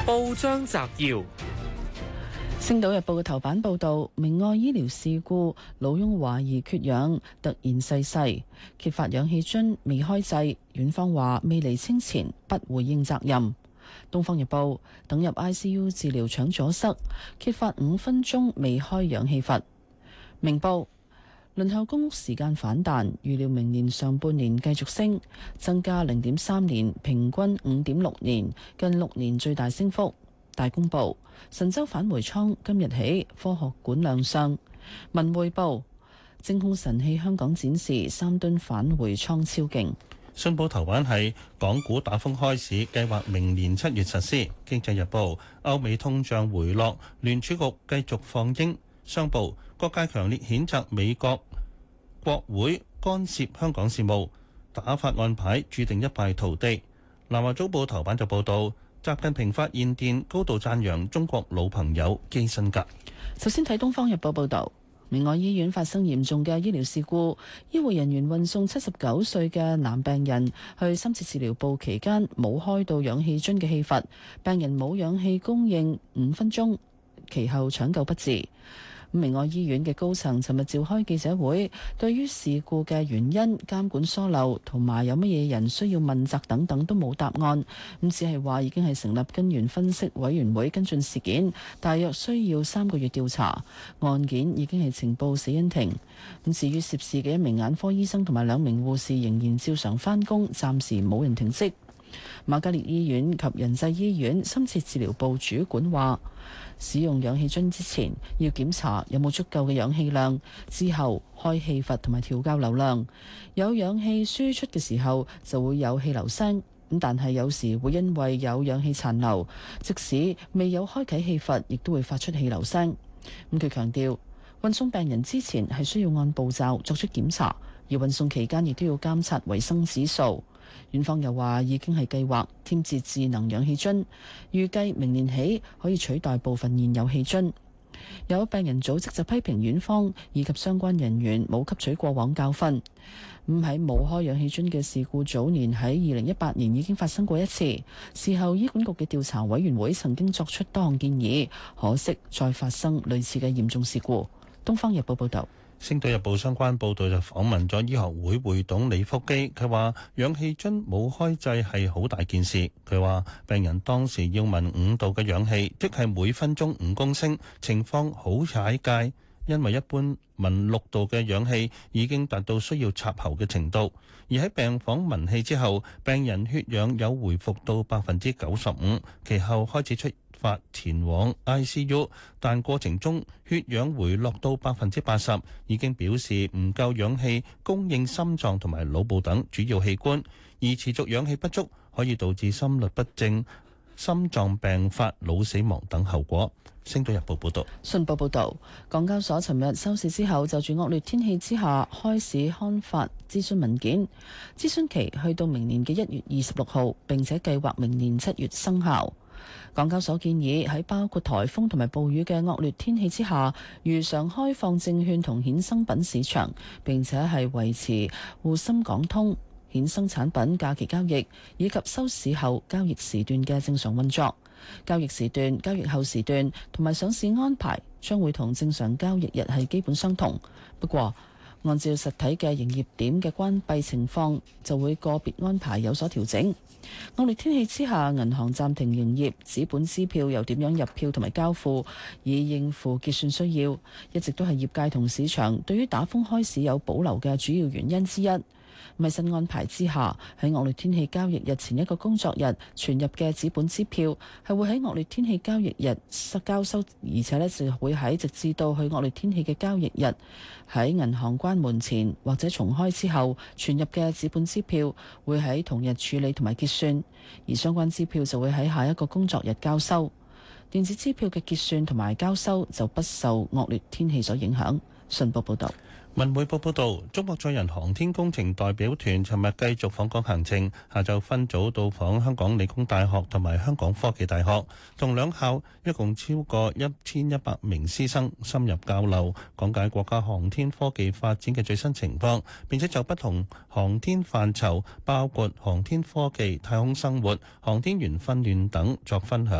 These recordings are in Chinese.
報章摘要： 星島日報嘅頭版報道，明愛醫療事故，老翁懷疑缺氧突然逝世，揭發氧氣樽未開掣，院方話未釐清前不回應責任。東方日報，等入 ICU 治療腸阻塞，揭發5分鐘未開氧氣閥。明報，輪候公屋時間反彈，預料明年上半年繼續升，增加0.3年，平均5.6年，近6年最大升幅。大公報，神舟返回艙今日起科學館亮相。文匯報，精空神器香港展示3噸返回艙超勁。 信報頭版係港股打風開市，計劃明年7月實施。經濟日報，歐美通脹回落，聯儲局繼續放鷹。商報，各界強烈譴責美國國會干涉香港事務，打法案牌注定一敗塗地。南華早報頭版就報導，習近平發唁電，高度讚揚中國老朋友基辛格。 首先睇《東方日報》報導。明愛醫院發生嚴重嘅醫療事故，醫護人員運送79歲嘅男病人去深切治療部期間，冇開到氧氣樽嘅氣閥，病人冇氧氣供應5分鐘，其後搶救不治。明愛醫院嘅高層尋日召開記者會，對於事故嘅原因、監管疏漏同埋有乜嘢人需要問責等等都冇答案，咁只係話已經係成立根源分析委員會跟進事件，大約需要3個月調查，案件已經係呈報死因庭。咁至於涉事嘅1名眼科醫生同埋2名護士仍然照常返工，暫時冇人停職。瑪嘉烈醫院及仁濟醫院深切治療部主管話，使用氧氣樽之前要檢查有冇足夠嘅氧氣量，之後開氣閥同埋調校流量。有氧氣輸出嘅時候就會有氣流聲，咁但係有時會因為有氧氣殘留，即使未有開啟氣閥，亦都會發出氣流聲。咁佢強調，運送病人之前係需要按步驟作出檢查，而運送期間亦都要監察維生指數。院方又話已經係計劃添置智能氧氣樽，預計明年起可以取代部分現有氣樽。有病人組織就批評院方以及相關人員冇吸取過往教訓。咁喺冇開氧氣樽嘅事故，早年喺2018年已經發生過一次。事後醫管局嘅調查委員會曾經作出多項建議，可惜再發生類似嘅嚴重事故。《東方日報》報道。 《星島日報》相關報導就訪問咗醫學會會董李福基，佢話氧氣樽冇開掣係好大件事。佢話病人當時要聞5度嘅氧氣，即係每分鐘5公升，情況好踩界，因為一般聞6度嘅氧氣已經達到需要插喉嘅程度。而喺病房聞氣之後，病人血氧有回復到95%，其後開始出發前往 ICU， 但過程中血氧回落到80%，已經表示唔夠氧氣供應心臟同埋腦部等主要器官，而持續氧氣不足可以導致心律不正、心臟病發、腦死亡等後果。星島日報報道。 信報報導，港交所尋日收市之後，就住惡劣天氣之下開始刊發諮詢文件，諮詢期去到明年嘅1月26號，並且計劃明年7月生效。港交所建議喺包括颱風同埋暴雨嘅惡劣天氣之下，如常開放證券同衍生品市場，並且係維持滬深港通衍生產品假期交易以及收市後交易時段嘅正常運作。交易時段、交易後時段同埋上市安排將會同正常交易日係基本相同，不過按照實體嘅營業點嘅關閉情況，就會個別安排有所調整。惡劣天氣之下，銀行暫停營業，紙本支票又點樣入票同埋交付，以應付結算需要，一直都係業界同市場對於打風開市有保留嘅主要原因之一。喺新安排之下，喺惡劣天氣交易日前一個工作日存入嘅紙本支票係會喺惡劣天氣交易日交收，而且呢就會喺直至到去惡劣天氣嘅交易日喺銀行關門前或者重開之後存入嘅紙本支票會喺同日處理同埋結算，而相關支票就會喺下一個工作日交收。電子支票嘅結算同埋交收就不受惡劣天氣所影響。信報報道。 文匯報報道，中國載人航天工程代表團尋日繼續訪港行程，下晝分組到訪香港理工大學同埋香港科技大學，同兩校一共超過1100名師生深入交流，講解國家航天科技發展嘅最新情況，並且就不同航天範疇，包括航天科技、太空生活、航天員訓練等作分享。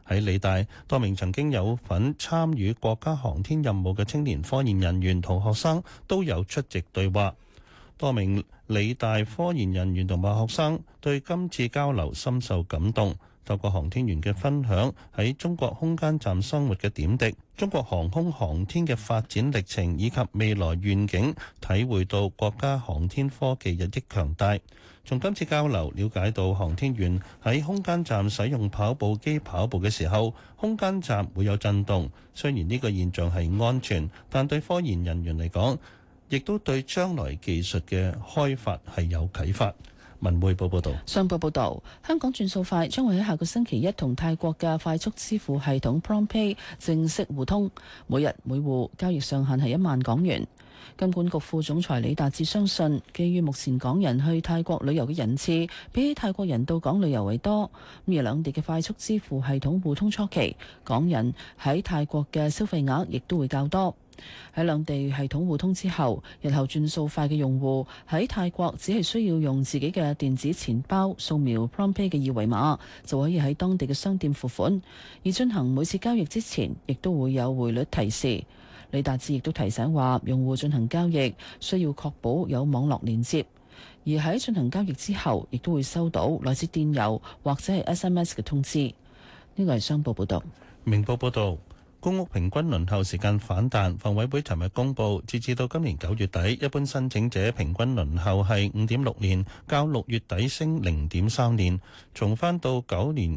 喺理大，多名曾經有份參與國家航天任務嘅青年科研人員同學生都有出席對話。多名理大科研人員同埋學生對今次交流深受感動。透過航天員嘅分享，喺中國空間站生活嘅點滴、中國航空航天嘅發展歷程以及未來願景，體會到國家航天科技日益強大。從今次交流了解到，航天員喺空間站使用跑步機跑步嘅時候，空間站會有震動。雖然呢個現象係安全，但對科研人員嚟講，亦都對將來技術嘅開發係有啟發。文匯報報道， 商報報道，香港轉數快將會喺下個星期一同泰國嘅快速支付系統 PromptPay 正式互通，每日每戶交易上限係10,000港元。金管局副總裁李達志相信，基於目前港人去泰國旅遊嘅人次比起泰國人到港旅遊為多，而兩地嘅快速支付系統互通初期，港人喺泰國嘅消費額亦都會較多。喺兩地系統互通之後，日後轉數快嘅用戶喺泰國只係需要用自己嘅電子錢包掃描 PromptPay 嘅二維碼，就可以喺當地嘅商店付款。而進行每次交易之前，亦都會有匯率提示。李達志亦都提醒話，用戶進行交易需要確保有網絡連接，而喺進行交易之後，亦都會收到來自電郵或者係 SMS 嘅通知。呢個係商報報導。 明報報導。公屋平均輪候時間反彈，房委會尋日公佈，截至到今年9月底，一般申請者平均輪候係5.6年，較6月底升0.3年，重返到舊年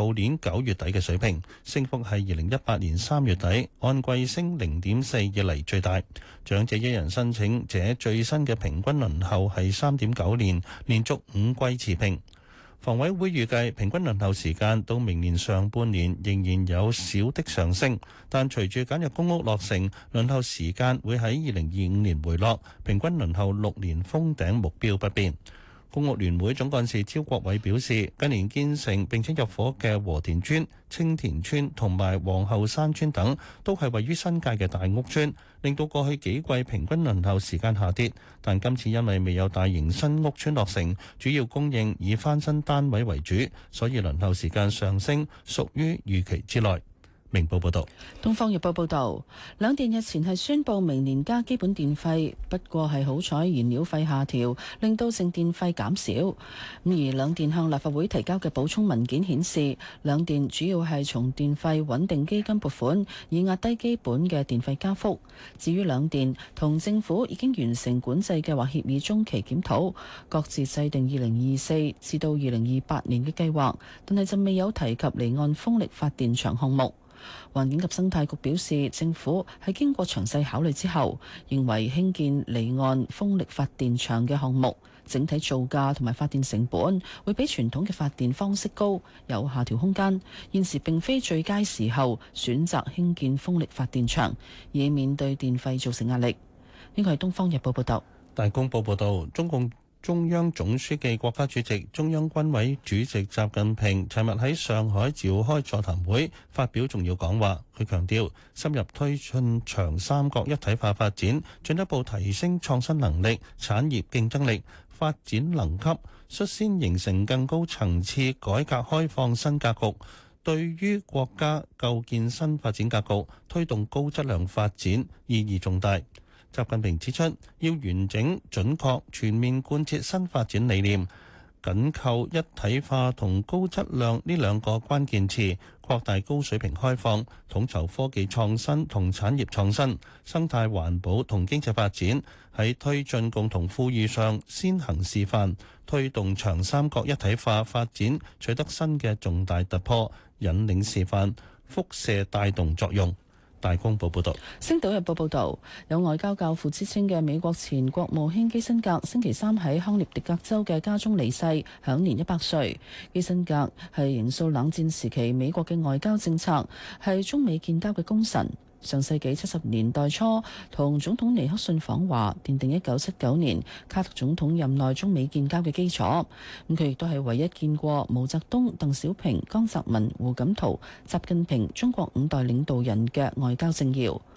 9月底嘅水平，升幅係2018年3月底按季升0.4以嚟最大。長者一人申請者最新嘅平均輪候係3.9年，連續5季持平。房委會預計平均輪候時間到明年上半年仍然有小的上升，但隨住簡約公屋落成，輪候時間會喺2025年回落，平均輪候6年封頂目標不變。公屋聯會總幹事招國偉表示，近年建成並且入伙嘅和田村、青田村同埋皇后山村等，都係位於新界嘅大屋村，令到過去幾季平均輪候時間下跌。但今次因為未有大型新屋村落成，主要供應以翻新單位為主，所以輪候時間上升屬於預期之內。明報報道。 東方日報報道，兩電日前係宣布明年加基本電費，不過係好彩燃料費下調，令到淨電費減少。而兩電向立法會提交嘅補充文件顯示，兩電主要係從電費穩定基金撥款，以壓低基本嘅電費加幅。至於兩電同政府已經完成管制計劃協議中期檢討，各自制定2024至到2028年嘅計劃，但係就未有提及離岸風力發電場項目。環境及生態局表示，政府係經過詳細考慮之後，認為興建離岸風力發電場嘅項目，整體造價同埋發電成本會比傳統嘅發電方式高，有下調空間。現時並非最佳時候選擇興建風力發電場，以免對電費造成壓力。呢個係《東方日報》報道。 大公報報導，中央總書記、國家主席、中央軍委主席習近平尋日喺上海召開座談會，發表重要講話。佢強調，深入推進長三角一體化發展，進一步提升創新能力、產業競爭力、發展能級，率先形成更高層次改革開放新格局，對於國家構建新發展格局、推動高質量發展意義重大。習近平指出，要完整、準確、全面貫徹新發展理念，緊扣一體化同高質量呢兩個關鍵詞，擴大高水平開放，統籌科技創新同產業創新、生態環保同經濟發展，喺推進共同富裕上先行示範，推動長三角一體化發展取得新嘅重大突破，引領示範，輻射帶動作用。大公報報導，《 星島日報》報導，有外交教父之稱嘅美國前國務卿基辛格星期三喺康涅狄格州嘅家中離世，享年100歲。基辛格係形塑冷戰時期美國嘅外交政策，係中美建交嘅功臣。上世紀70年代初同總統尼克遜訪華，奠定1979年卡特總統任內中美建交嘅基礎。咁佢亦都係唯一見過毛澤東、鄧小平、江澤民、胡錦濤、習近平中國5代領導人嘅外交政要。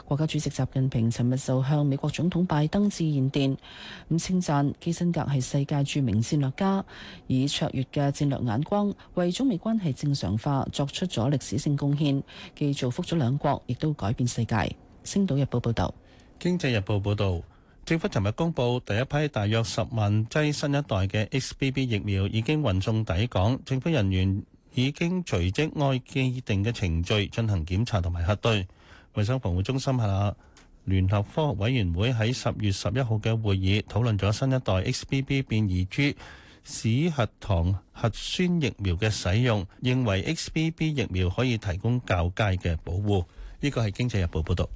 國家主席習近平尋日就向美國總統拜登致唁電，咁稱讚基辛格係世界著名戰略家，以卓越嘅戰略眼光為中美關係正常化作出咗歷史性貢獻，既造福咗兩國，亦都改變世界。星島日報報道。 經濟日報報導，政府尋日公布第一批大約10萬劑新一代嘅 XBB 疫苗已經運送抵港，政府人員已經隨即按既定嘅程序進行檢查同埋核對。衛生防護中心下聯合科學委員會喺10月11號嘅會議討論咗新一代 XBB 變異株史核糖核酸疫苗嘅使用，認為 XBB 疫苗可以提供較佳嘅保護。呢個係經濟日報報導。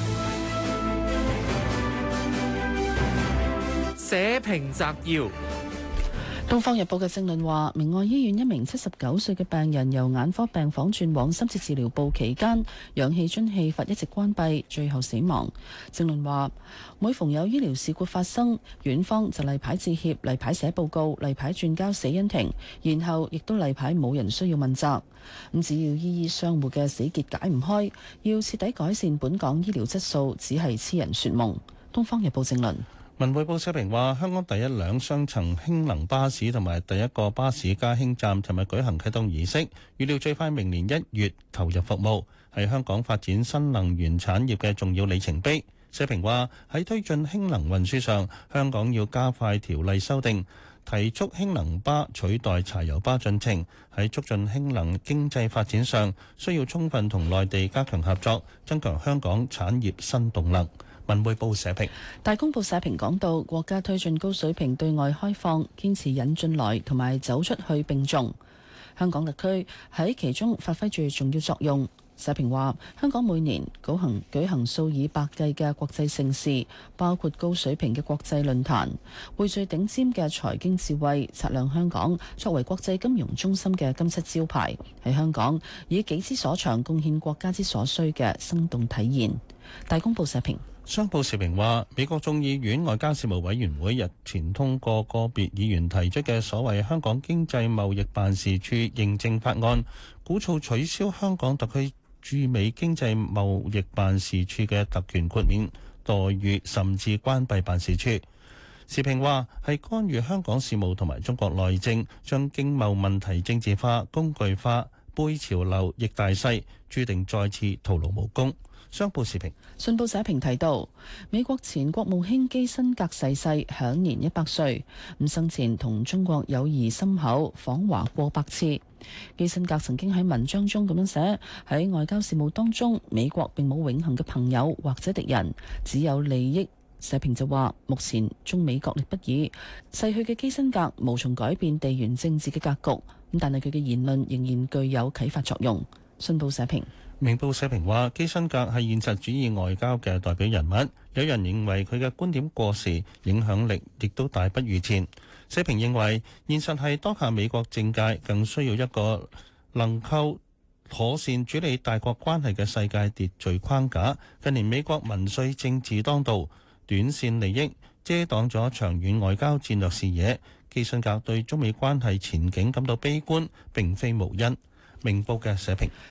社評摘要。 《東方日報》嘅政論話，明愛醫院一名79歲嘅病人由眼科病房轉往深切治療部期間，氧氣樽氣閥一直關閉，最後死亡。政論話，每逢有醫療事故發生，院方就例牌致歉、例牌寫報告、例牌轉交死因庭，然後亦都例牌冇人需要問責。咁只要醫醫相護嘅死結解唔開，要徹底改善本港醫療質素，只係痴人說夢。《東方日報》政論。 文匯報社評話，香港第一輛雙層氫能巴士同埋第一個巴士加氫站尋日舉行啟動儀式，預料最快明年1月投入服務，係香港發展新能源產業嘅重要里程碑。社評話，喺推進氫能運輸上，香港要加快條例修訂，提速氫能巴取代柴油巴進程。喺促進氫能經濟發展上，需要充分同內地加強合作，增強香港產業新動能。文匯報社評。 大公報社評講到，國家推進高水平對外開放，堅持引進來同埋走出去並重，香港特區喺其中發揮住重要作用。社評話，香港每年舉行數以百計嘅國際盛事，包括高水平嘅國際論壇，匯聚頂尖嘅財經智慧，擦亮香港作為國際金融中心嘅金漆招牌，喺香港以己之所長貢獻國家之所需嘅生動體現。大公報社評。 商報時評話，美國眾議院外交事務委員會日前通過個別議員提出嘅所謂香港經濟貿易辦事處認證法案，鼓噪取消香港特區駐美經濟貿易辦事處嘅特權豁免待遇，甚至關閉辦事處。時評話，係干預香港事務同埋中國內政，將經貿問題政治化、工具化，背潮流、逆大勢，注定再次徒勞無功。商報時評。 信報社評提到，美國前國務卿基辛格逝世，享年100歲。生前同中國友誼深厚，訪華過百次。基辛格曾經喺文章中咁樣寫：喺外交事務當中，美國並冇永恆嘅朋友或者敵人，只有利益。社評就話，目前中美角力不已，逝去嘅基辛格無從改變地緣政治嘅格局。但係佢嘅言論仍然具有啟發作用。信報社評。 明報社評話，基辛格係現實主義外交嘅代表人物，有人認為佢嘅觀點過時，影響力亦都大不如前。社評認為，現實係當下美國政界更需要一個能夠妥善處理大國關係嘅世界秩序框架。近年美國民粹政治當道，短線利益遮擋咗長遠外交戰略視野。基辛格對中美關係前景感到悲觀，並非無因。明報嘅社評。